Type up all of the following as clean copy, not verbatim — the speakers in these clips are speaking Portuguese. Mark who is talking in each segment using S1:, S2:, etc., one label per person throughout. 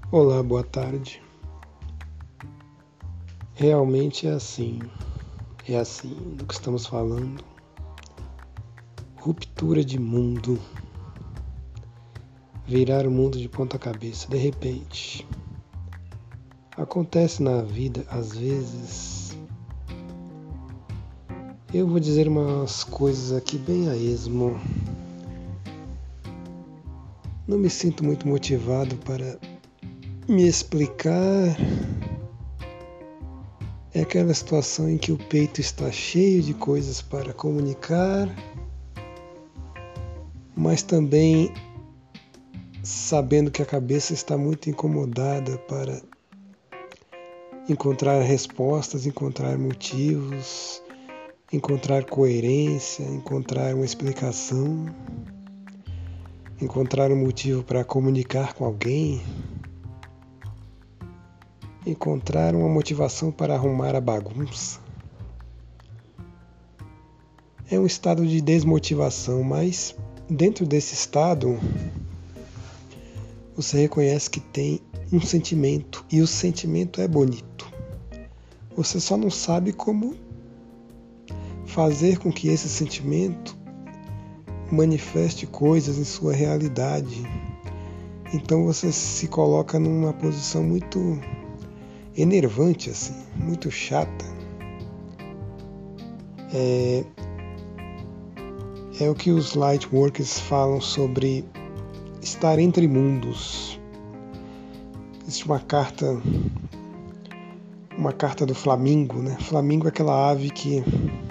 S1: Olá, boa tarde. Realmente é assim do que estamos falando. Ruptura de mundo, virar o mundo de ponta cabeça, de repente. Acontece na vida, às vezes. Eu vou dizer umas coisas aqui bem a esmo. Não me sinto muito motivado para me explicar. É aquela situação em que o peito está cheio de coisas para comunicar, mas também sabendo que a cabeça está muito incomodada para encontrar respostas, encontrar motivos, encontrar coerência, encontrar uma explicação, encontrar um motivo para comunicar com alguém, encontrar uma motivação para arrumar a bagunça. É um estado de desmotivação, mas dentro desse estado você reconhece que tem um sentimento e o sentimento é bonito. Você só não sabe como fazer com que esse sentimento manifeste coisas em sua realidade. Então você se coloca numa posição muito enervante, assim, muito chata. É o que os Lightworkers falam sobre estar entre mundos. Existe uma carta do flamingo, né? Flamingo é aquela ave que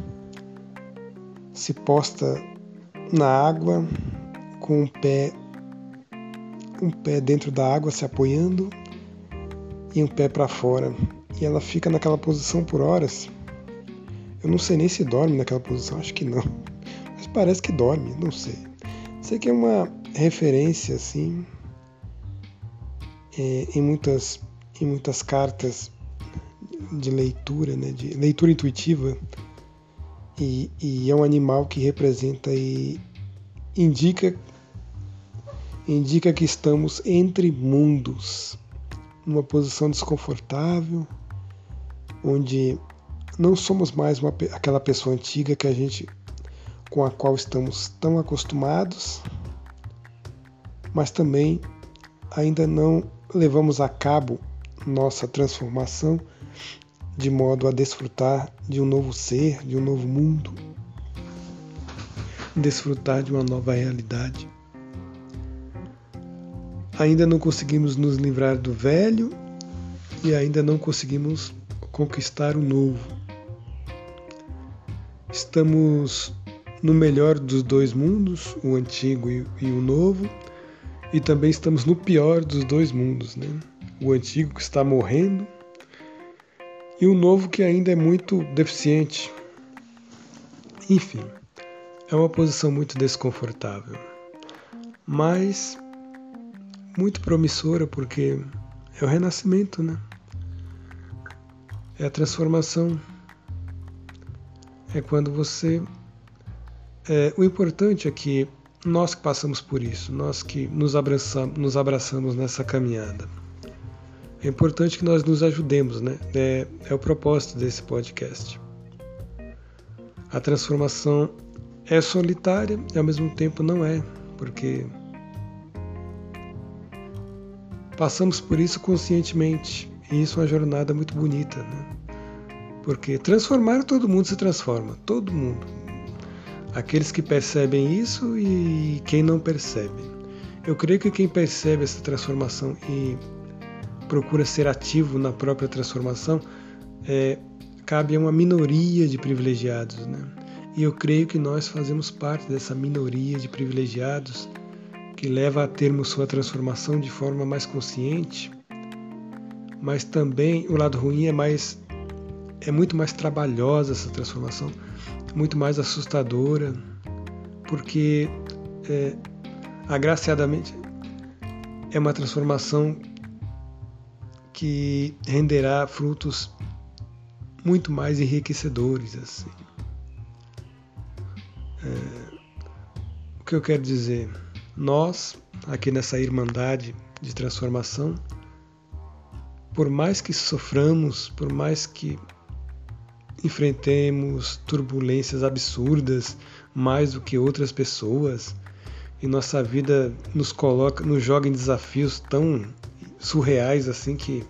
S1: se posta na água com um pé dentro da água se apoiando e um pé para fora. E ela fica naquela posição por horas. Eu não sei nem se dorme naquela posição, acho que não. Mas parece que dorme, não sei. Sei que é uma referência, assim, em muitas cartas de leitura, né, de leitura intuitiva, e é um animal que representa e indica que estamos entre mundos, numa posição desconfortável, onde não somos mais aquela pessoa antiga com a qual estamos tão acostumados, mas também ainda não levamos a cabo nossa transformação de modo a desfrutar de um novo ser, de um novo mundo, desfrutar de uma nova realidade. Ainda não conseguimos nos livrar do velho e ainda não conseguimos conquistar o novo. Estamos no melhor dos dois mundos, o antigo e o novo, e também estamos no pior dos dois mundos, né? O antigo que está morrendo e o novo que ainda é muito deficiente. Enfim, é uma posição muito desconfortável, mas muito promissora, porque é o renascimento, né? É a transformação. É quando você... o importante é que nós que passamos por isso, nós que nos abraçamos nessa caminhada, é importante que nós nos ajudemos, né? É o propósito desse podcast. A transformação é solitária e ao mesmo tempo não é, porque passamos por isso conscientemente, e isso é uma jornada muito bonita, né? Porque transformar, todo mundo se transforma, todo mundo. Aqueles que percebem isso e quem não percebe. Eu creio que quem percebe essa transformação e procura ser ativo na própria transformação, cabe a uma minoria de privilegiados, né? E eu creio que nós fazemos parte dessa minoria de privilegiados que leva a termos sua transformação de forma mais consciente, mas também o lado ruim é muito mais trabalhosa essa transformação, muito mais assustadora, porque agraciadamente é uma transformação que renderá frutos muito mais enriquecedores, assim. O que eu quero dizer? Nós, aqui nessa Irmandade de Transformação, por mais que soframos, por mais que enfrentemos turbulências absurdas, mais do que outras pessoas, e nossa vida nos joga em desafios tão surreais assim que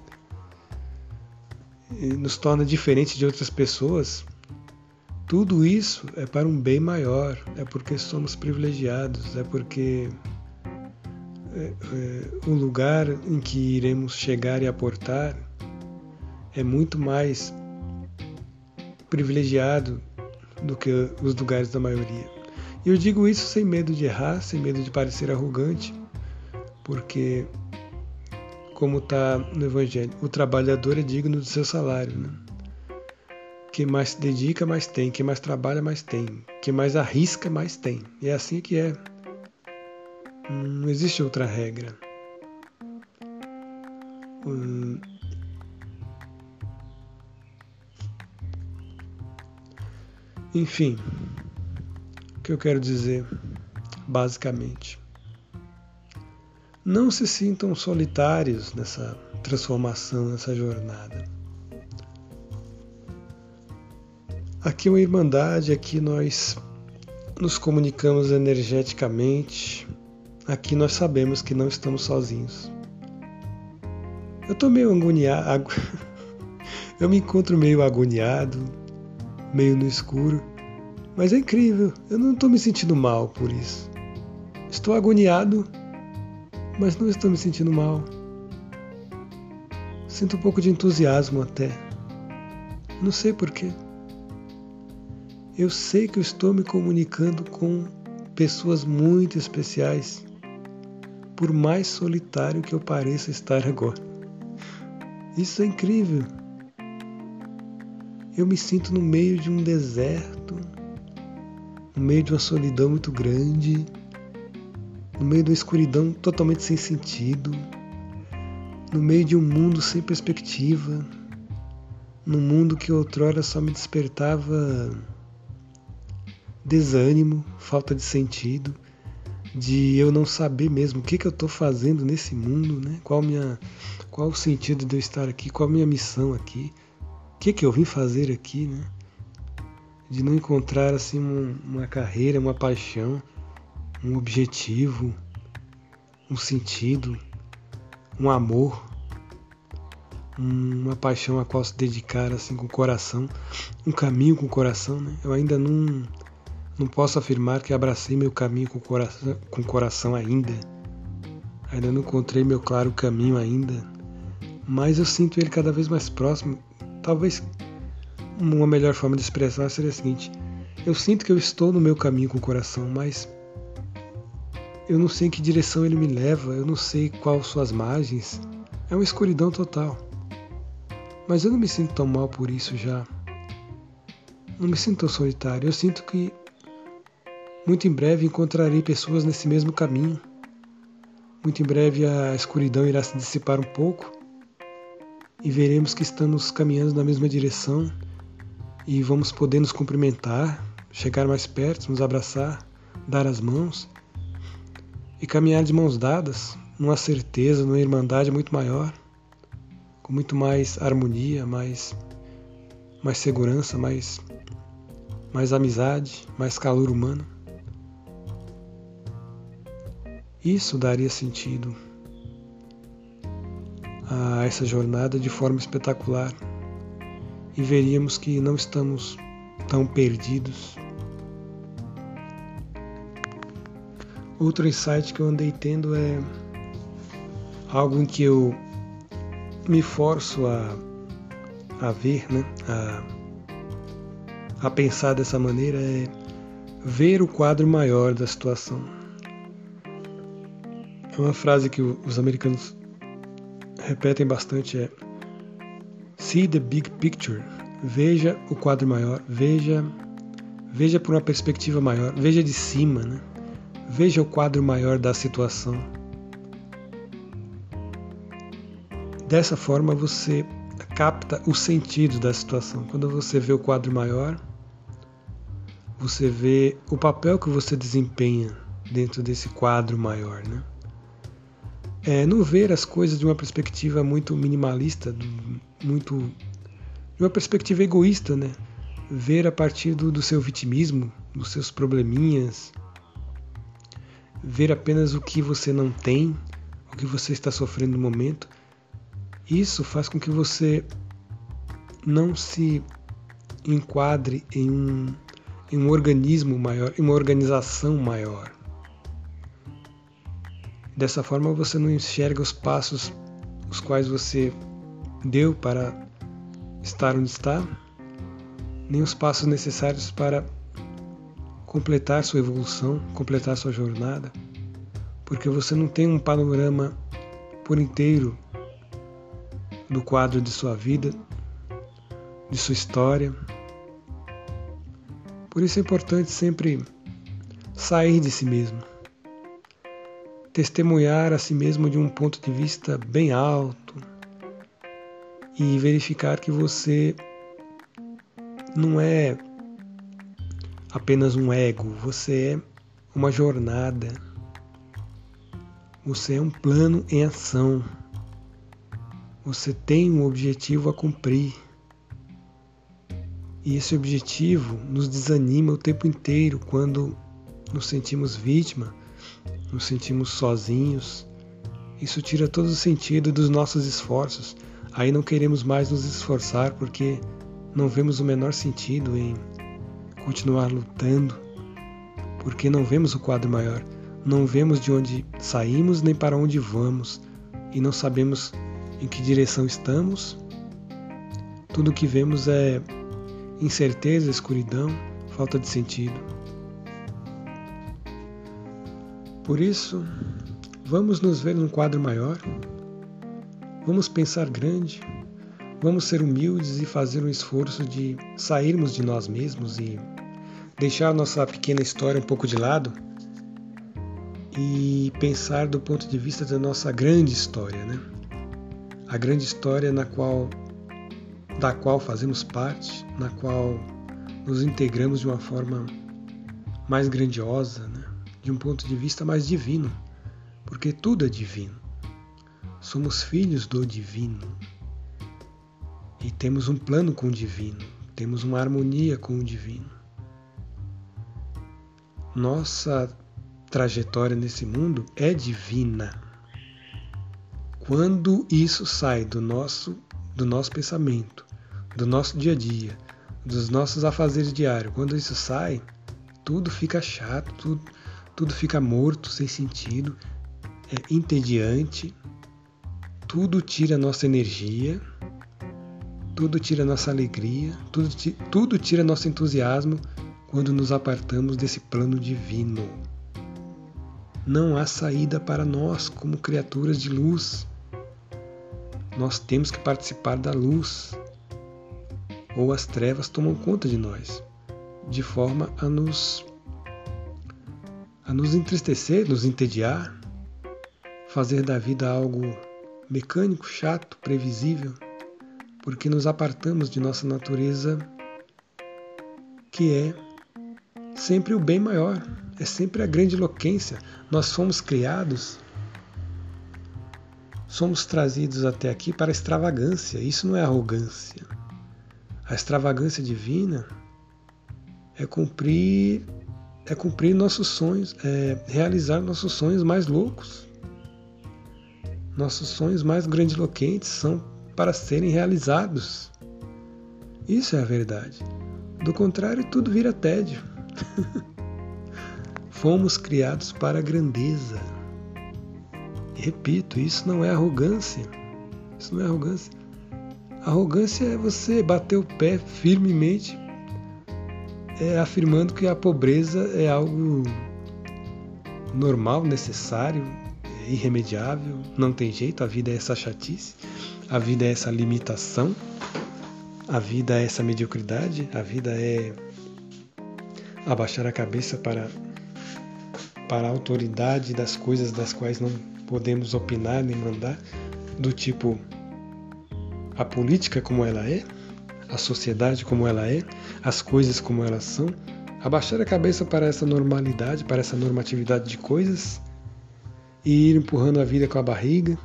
S1: nos torna diferentes de outras pessoas, tudo isso é para um bem maior, é porque somos privilegiados, é porque o lugar em que iremos chegar e aportar é muito mais privilegiado do que os lugares da maioria. E eu digo isso sem medo de errar, sem medo de parecer arrogante, porque, como está no Evangelho, o trabalhador é digno do seu salário, né? Quem mais se dedica, mais tem. Quem mais trabalha, mais tem. Quem mais arrisca, mais tem. E é assim que é. Não existe outra regra. Enfim, o que eu quero dizer, basicamente, não se sintam solitários nessa transformação, nessa jornada. Aqui é uma irmandade, aqui nós nos comunicamos energeticamente, aqui nós sabemos que não estamos sozinhos. Eu estou meio agoniado, eu me encontro meio agoniado, meio no escuro, mas é incrível, eu não estou me sentindo mal por isso. Estou agoniado, mas não estou me sentindo mal. Sinto um pouco de entusiasmo até. Não sei porquê. Eu sei que eu estou me comunicando com pessoas muito especiais, por mais solitário que eu pareça estar agora. Isso é incrível. Eu me sinto no meio de um deserto, no meio de uma solidão muito grande, no meio de uma escuridão totalmente sem sentido, no meio de um mundo sem perspectiva, num mundo que outrora só me despertava desânimo, falta de sentido, de eu não saber mesmo o que eu estou fazendo nesse mundo, né? Qual o sentido de eu estar aqui, qual a minha missão aqui, o que eu vim fazer aqui, né? De não encontrar assim uma carreira, uma paixão, um objetivo, um sentido, um amor, uma paixão a qual se dedicar assim com o coração, um caminho com o coração, né? Eu ainda não posso afirmar que abracei meu caminho com o coração ainda não encontrei meu claro caminho ainda, mas eu sinto ele cada vez mais próximo. Talvez uma melhor forma de expressar seria a seguinte: eu sinto que eu estou no meu caminho com o coração, mas eu não sei em que direção ele me leva, eu não sei quais suas margens, é uma escuridão total. Mas eu não me sinto tão mal por isso já, não me sinto tão solitário, eu sinto que muito em breve encontrarei pessoas nesse mesmo caminho. Muito em breve a escuridão irá se dissipar um pouco e veremos que estamos caminhando na mesma direção e vamos poder nos cumprimentar, chegar mais perto, nos abraçar, dar as mãos e caminhar de mãos dadas, numa certeza, numa irmandade muito maior, com muito mais harmonia, mais segurança, mais amizade, mais calor humano. Isso daria sentido a essa jornada de forma espetacular e veríamos que não estamos tão perdidos. Outro insight que eu andei tendo é algo em que eu me forço a ver, né? A pensar dessa maneira, é ver o quadro maior da situação. Uma frase que os americanos repetem bastante é "See the big picture", veja o quadro maior, veja por uma perspectiva maior, veja de cima, né? Veja o quadro maior da situação. Dessa forma você capta o sentido da situação. Quando você vê o quadro maior, você vê o papel que você desempenha dentro desse quadro maior, né? não ver as coisas de uma perspectiva muito minimalista, de uma perspectiva egoísta, né? Ver a partir do seu vitimismo, dos seus probleminhas, ver apenas o que você não tem, o que você está sofrendo no momento. Isso faz com que você não se enquadre em um organismo maior, em uma organização maior. Dessa forma você não enxerga os passos os quais você deu para estar onde está, nem os passos necessários para completar sua evolução, completar sua jornada, porque você não tem um panorama por inteiro do quadro de sua vida, de sua história. Por isso é importante sempre sair de si mesmo, testemunhar a si mesmo de um ponto de vista bem alto e verificar que você não é apenas um ego, você é uma jornada, você é um plano em ação, você tem um objetivo a cumprir. E esse objetivo nos desanima o tempo inteiro quando nos sentimos vítima, nos sentimos sozinhos. Isso tira todo o sentido dos nossos esforços. Aí não queremos mais nos esforçar porque não vemos o menor sentido em continuar lutando, porque não vemos o quadro maior, não vemos de onde saímos nem para onde vamos e não sabemos em que direção estamos. Tudo o que vemos é incerteza, escuridão, falta de sentido. Por isso, vamos nos ver num quadro maior, vamos pensar grande, vamos ser humildes e fazer um esforço de sairmos de nós mesmos e deixar nossa pequena história um pouco de lado e pensar do ponto de vista da nossa grande história, né? A grande história da qual fazemos parte, na qual nos integramos de uma forma mais grandiosa, né? De um ponto de vista mais divino, porque tudo é divino. Somos filhos do divino e temos um plano com o divino, temos uma harmonia com o divino. Nossa trajetória nesse mundo é divina. Quando isso sai do nosso pensamento, do nosso dia a dia, dos nossos afazeres diários, quando isso sai, tudo fica chato, tudo fica morto, sem sentido, é entediante, tudo tira nossa energia, tudo tira nossa alegria, tudo tira nosso entusiasmo quando nos apartamos desse plano divino. Não há saída para nós como criaturas de luz. Nós temos que participar da luz, ou as trevas tomam conta de nós, de forma a nos entristecer, nos entediar, fazer da vida algo mecânico, chato, previsível, porque nos apartamos de nossa natureza, que é sempre o bem maior, é sempre a grande eloquência. Nós fomos criados, somos trazidos até aqui para a extravagância. Isso não é arrogância. A extravagância divina é cumprir nossos sonhos, é realizar nossos sonhos mais loucos. Nossos sonhos mais grandiloquentes são para serem realizados. Isso é a verdade. Do contrário, tudo vira tédio. Fomos criados para a grandeza. E repito, isso não é arrogância. Isso não é arrogância. Arrogância é você bater o pé firmemente, afirmando que a pobreza é algo normal, necessário, irremediável, não tem jeito, a vida é essa chatice, a vida é essa limitação, a vida é essa mediocridade, a vida é abaixar a cabeça para a autoridade das coisas das quais não podemos opinar nem mandar, do tipo a política como ela é, a sociedade como ela é, as coisas como elas são, abaixar a cabeça para essa normalidade, para essa normatividade de coisas e ir empurrando a vida com a barriga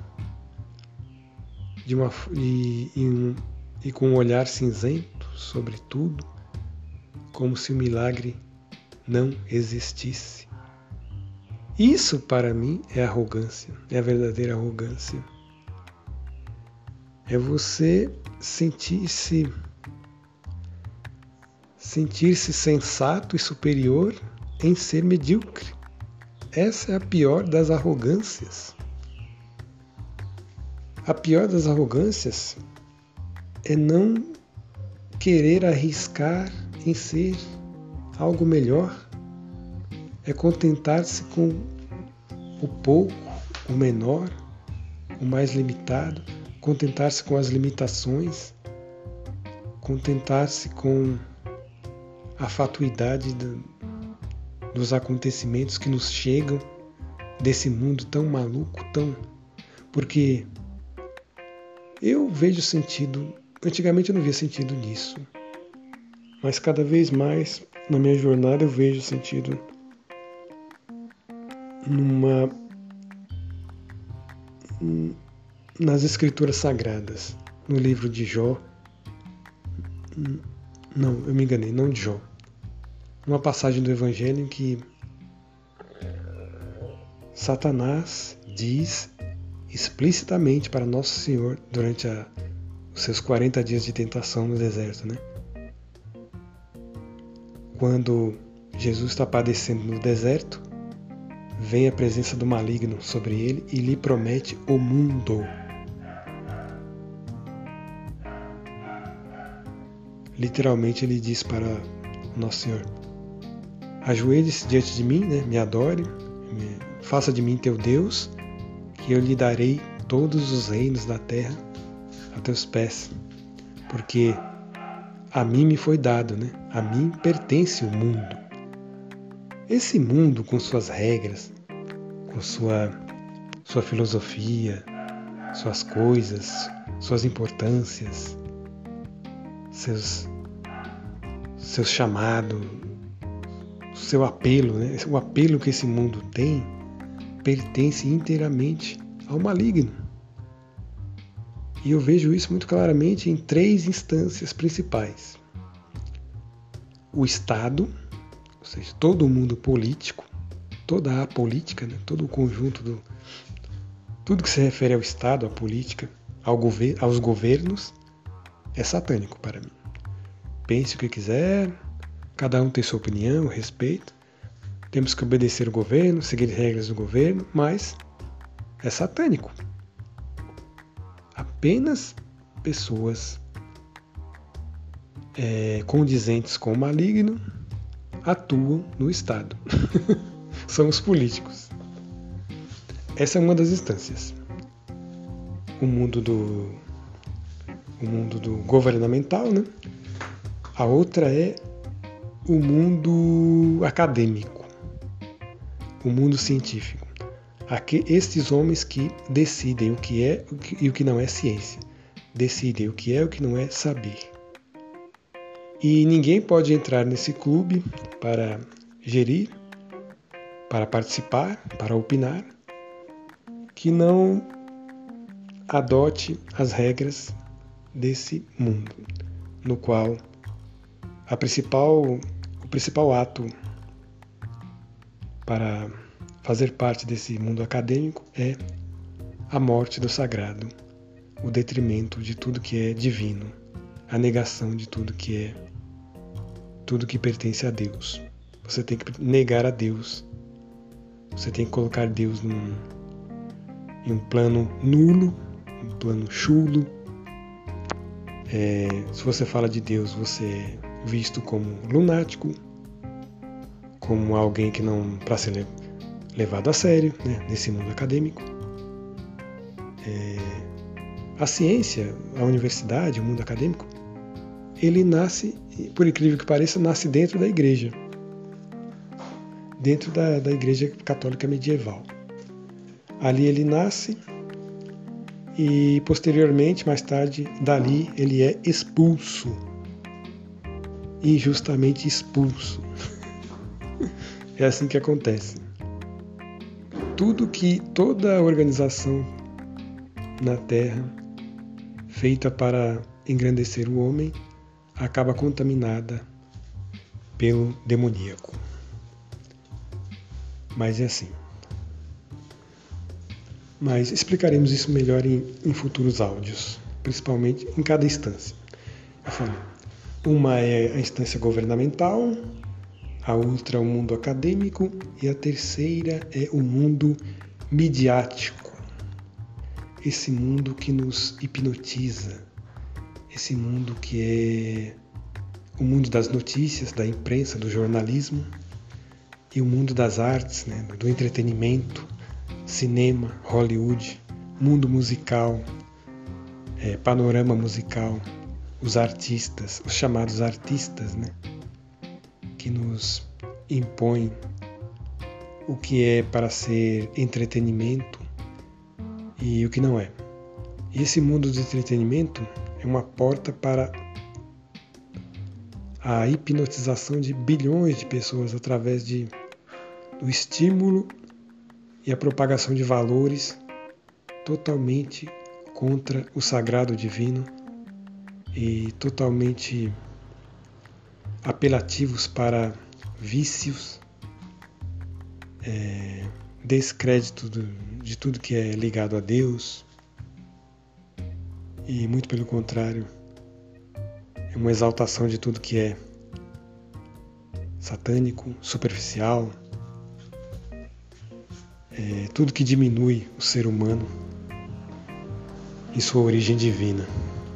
S1: e com um olhar cinzento sobre tudo, como se o milagre não existisse. Isso, para mim, é arrogância, é a verdadeira arrogância. É você sentir-se sensato e superior em ser medíocre. Essa é a pior das arrogâncias. A pior das arrogâncias é não querer arriscar em ser algo melhor. É contentar-se com o pouco, o menor, o mais limitado, contentar-se com as limitações, contentar-se com a fatuidade dos acontecimentos que nos chegam desse mundo tão maluco, porque eu vejo sentido, antigamente eu não via sentido nisso, mas cada vez mais na minha jornada eu vejo sentido nas escrituras sagradas, no livro de Jó. Não, eu me enganei, não de Jó. Numa passagem do Evangelho em que Satanás diz explicitamente para Nosso Senhor durante os seus 40 dias de tentação no deserto, né? Quando Jesus está padecendo no deserto, vem a presença do maligno sobre ele e lhe promete o mundo. Literalmente ele diz para Nosso Senhor: ajoelhe-se diante de mim, né? Me adore, faça de mim teu Deus, que eu lhe darei todos os reinos da terra a teus pés, porque a mim me foi dado, né? A mim pertence o mundo. Esse mundo com suas regras, com sua filosofia, suas coisas, suas importâncias, seu chamado, seu apelo, né? O apelo que esse mundo tem pertence inteiramente ao maligno. E eu vejo isso muito claramente em 3 instâncias principais. O Estado, ou seja, todo o mundo político, toda a política, né? Todo o conjunto tudo que se refere ao Estado, à política, aos governos, é satânico para mim. Pense o que quiser, cada um tem sua opinião, respeito. Temos que obedecer o governo, seguir regras do governo, mas é satânico. Apenas pessoas condizentes com o maligno atuam no Estado. São os políticos. Essa é uma das instâncias. O mundo do governamental, né? A outra é o mundo acadêmico, o mundo científico. Estes homens que decidem o que é e o que não é ciência, decidem o que é e o que não é saber. E ninguém pode entrar nesse clube para gerir, para participar, para opinar, que não adote as regras desse mundo, no qual o principal ato para fazer parte desse mundo acadêmico é a morte do sagrado, o detrimento de tudo que é divino, a negação de tudo que pertence a Deus. Você tem que negar a Deus, você tem que colocar Deus em um plano nulo, um plano chulo. Se você fala de Deus, você é visto como lunático, como alguém que não para ser levado a sério, né, nesse mundo acadêmico. A ciência, a universidade, o mundo acadêmico, ele nasce, por incrível que pareça, nasce dentro da igreja. Dentro da igreja católica medieval. Ali ele nasce e posteriormente, mais tarde, dali ele é expulso. Injustamente expulso. É assim que acontece. toda a organização na Terra feita para engrandecer o homem acaba contaminada pelo demoníaco. Mas é assim. Mas explicaremos isso melhor em futuros áudios, principalmente em cada instância. Eu falei, uma é a instância governamental, a outra é o mundo acadêmico e a terceira é o mundo midiático. Esse mundo que nos hipnotiza, esse mundo que é o mundo das notícias, da imprensa, do jornalismo e o mundo das artes, né, do entretenimento, cinema, Hollywood, mundo musical, panorama musical, os artistas, os chamados artistas, né, que nos impõem o que é para ser entretenimento e o que não é. E esse mundo do entretenimento é uma porta para a hipnotização de bilhões de pessoas através do estímulo e a propagação de valores totalmente contra o sagrado divino e totalmente apelativos para vícios, descrédito de tudo que é ligado a Deus e muito pelo contrário, é uma exaltação de tudo que é satânico, superficial, tudo que diminui o ser humano em sua origem divina.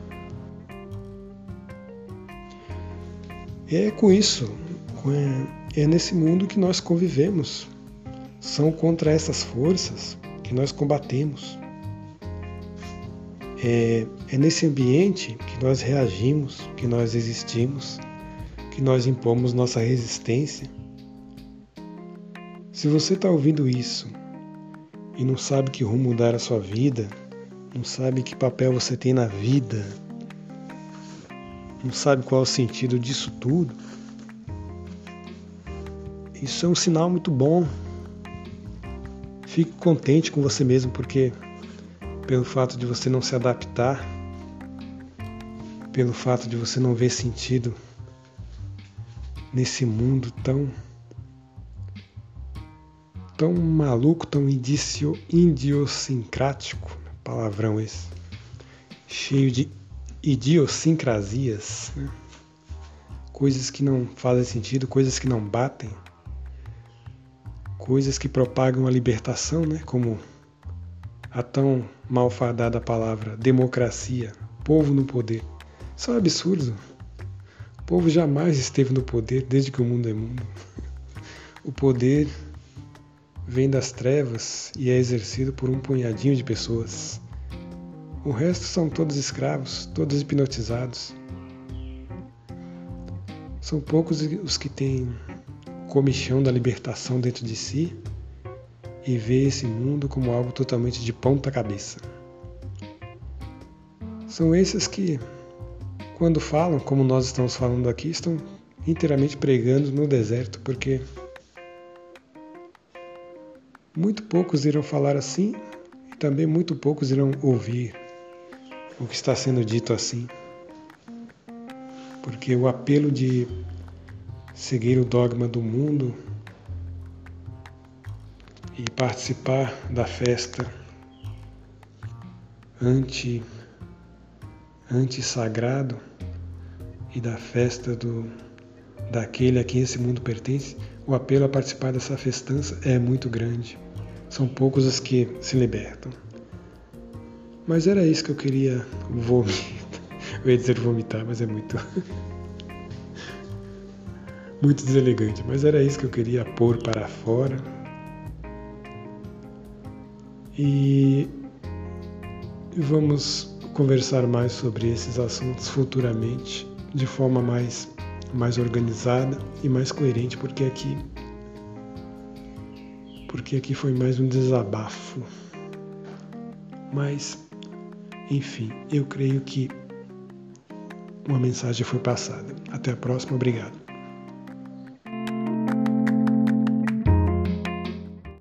S1: É com isso, é nesse mundo que nós convivemos. São contra essas forças que nós combatemos. É nesse ambiente que nós reagimos, que nós existimos, que nós impomos nossa resistência. Se você está ouvindo isso e não sabe que rumo dar a sua vida, não sabe que papel você tem na vida, não sabe qual é o sentido disso tudo, isso é um sinal muito bom. Fique contente com você mesmo, porque pelo fato de você não se adaptar, pelo fato de você não ver sentido nesse mundo tão maluco, tão idiosincrático, palavrão esse, cheio de idiosincrasias, né? Coisas que não fazem sentido, coisas que não batem, coisas que propagam a libertação, né? Como a tão malfadada palavra democracia, povo no poder. Isso é um absurdo. O povo jamais esteve no poder desde que o mundo é mundo. O poder vem das trevas e é exercido por um punhadinho de pessoas. O resto são todos escravos, todos hipnotizados. São poucos os que têm comichão da libertação dentro de si e vê esse mundo como algo totalmente de ponta cabeça. São esses que, quando falam, como nós estamos falando aqui, estão inteiramente pregando no deserto, porque muito poucos irão falar assim e também muito poucos irão ouvir o que está sendo dito assim. Porque o apelo de seguir o dogma do mundo e participar da festa anti-sagrado e da festa daquele a quem esse mundo pertence, o apelo a participar dessa festança é muito grande. São poucos os que se libertam. Mas era isso que eu queria vomitar. Eu ia dizer vomitar, mas é muito deselegante. Mas era isso que eu queria pôr para fora. E vamos conversar mais sobre esses assuntos futuramente, de forma mais organizada e mais coerente, porque aqui foi mais um desabafo. Mas, enfim, eu creio que uma mensagem foi passada. Até a próxima, obrigado.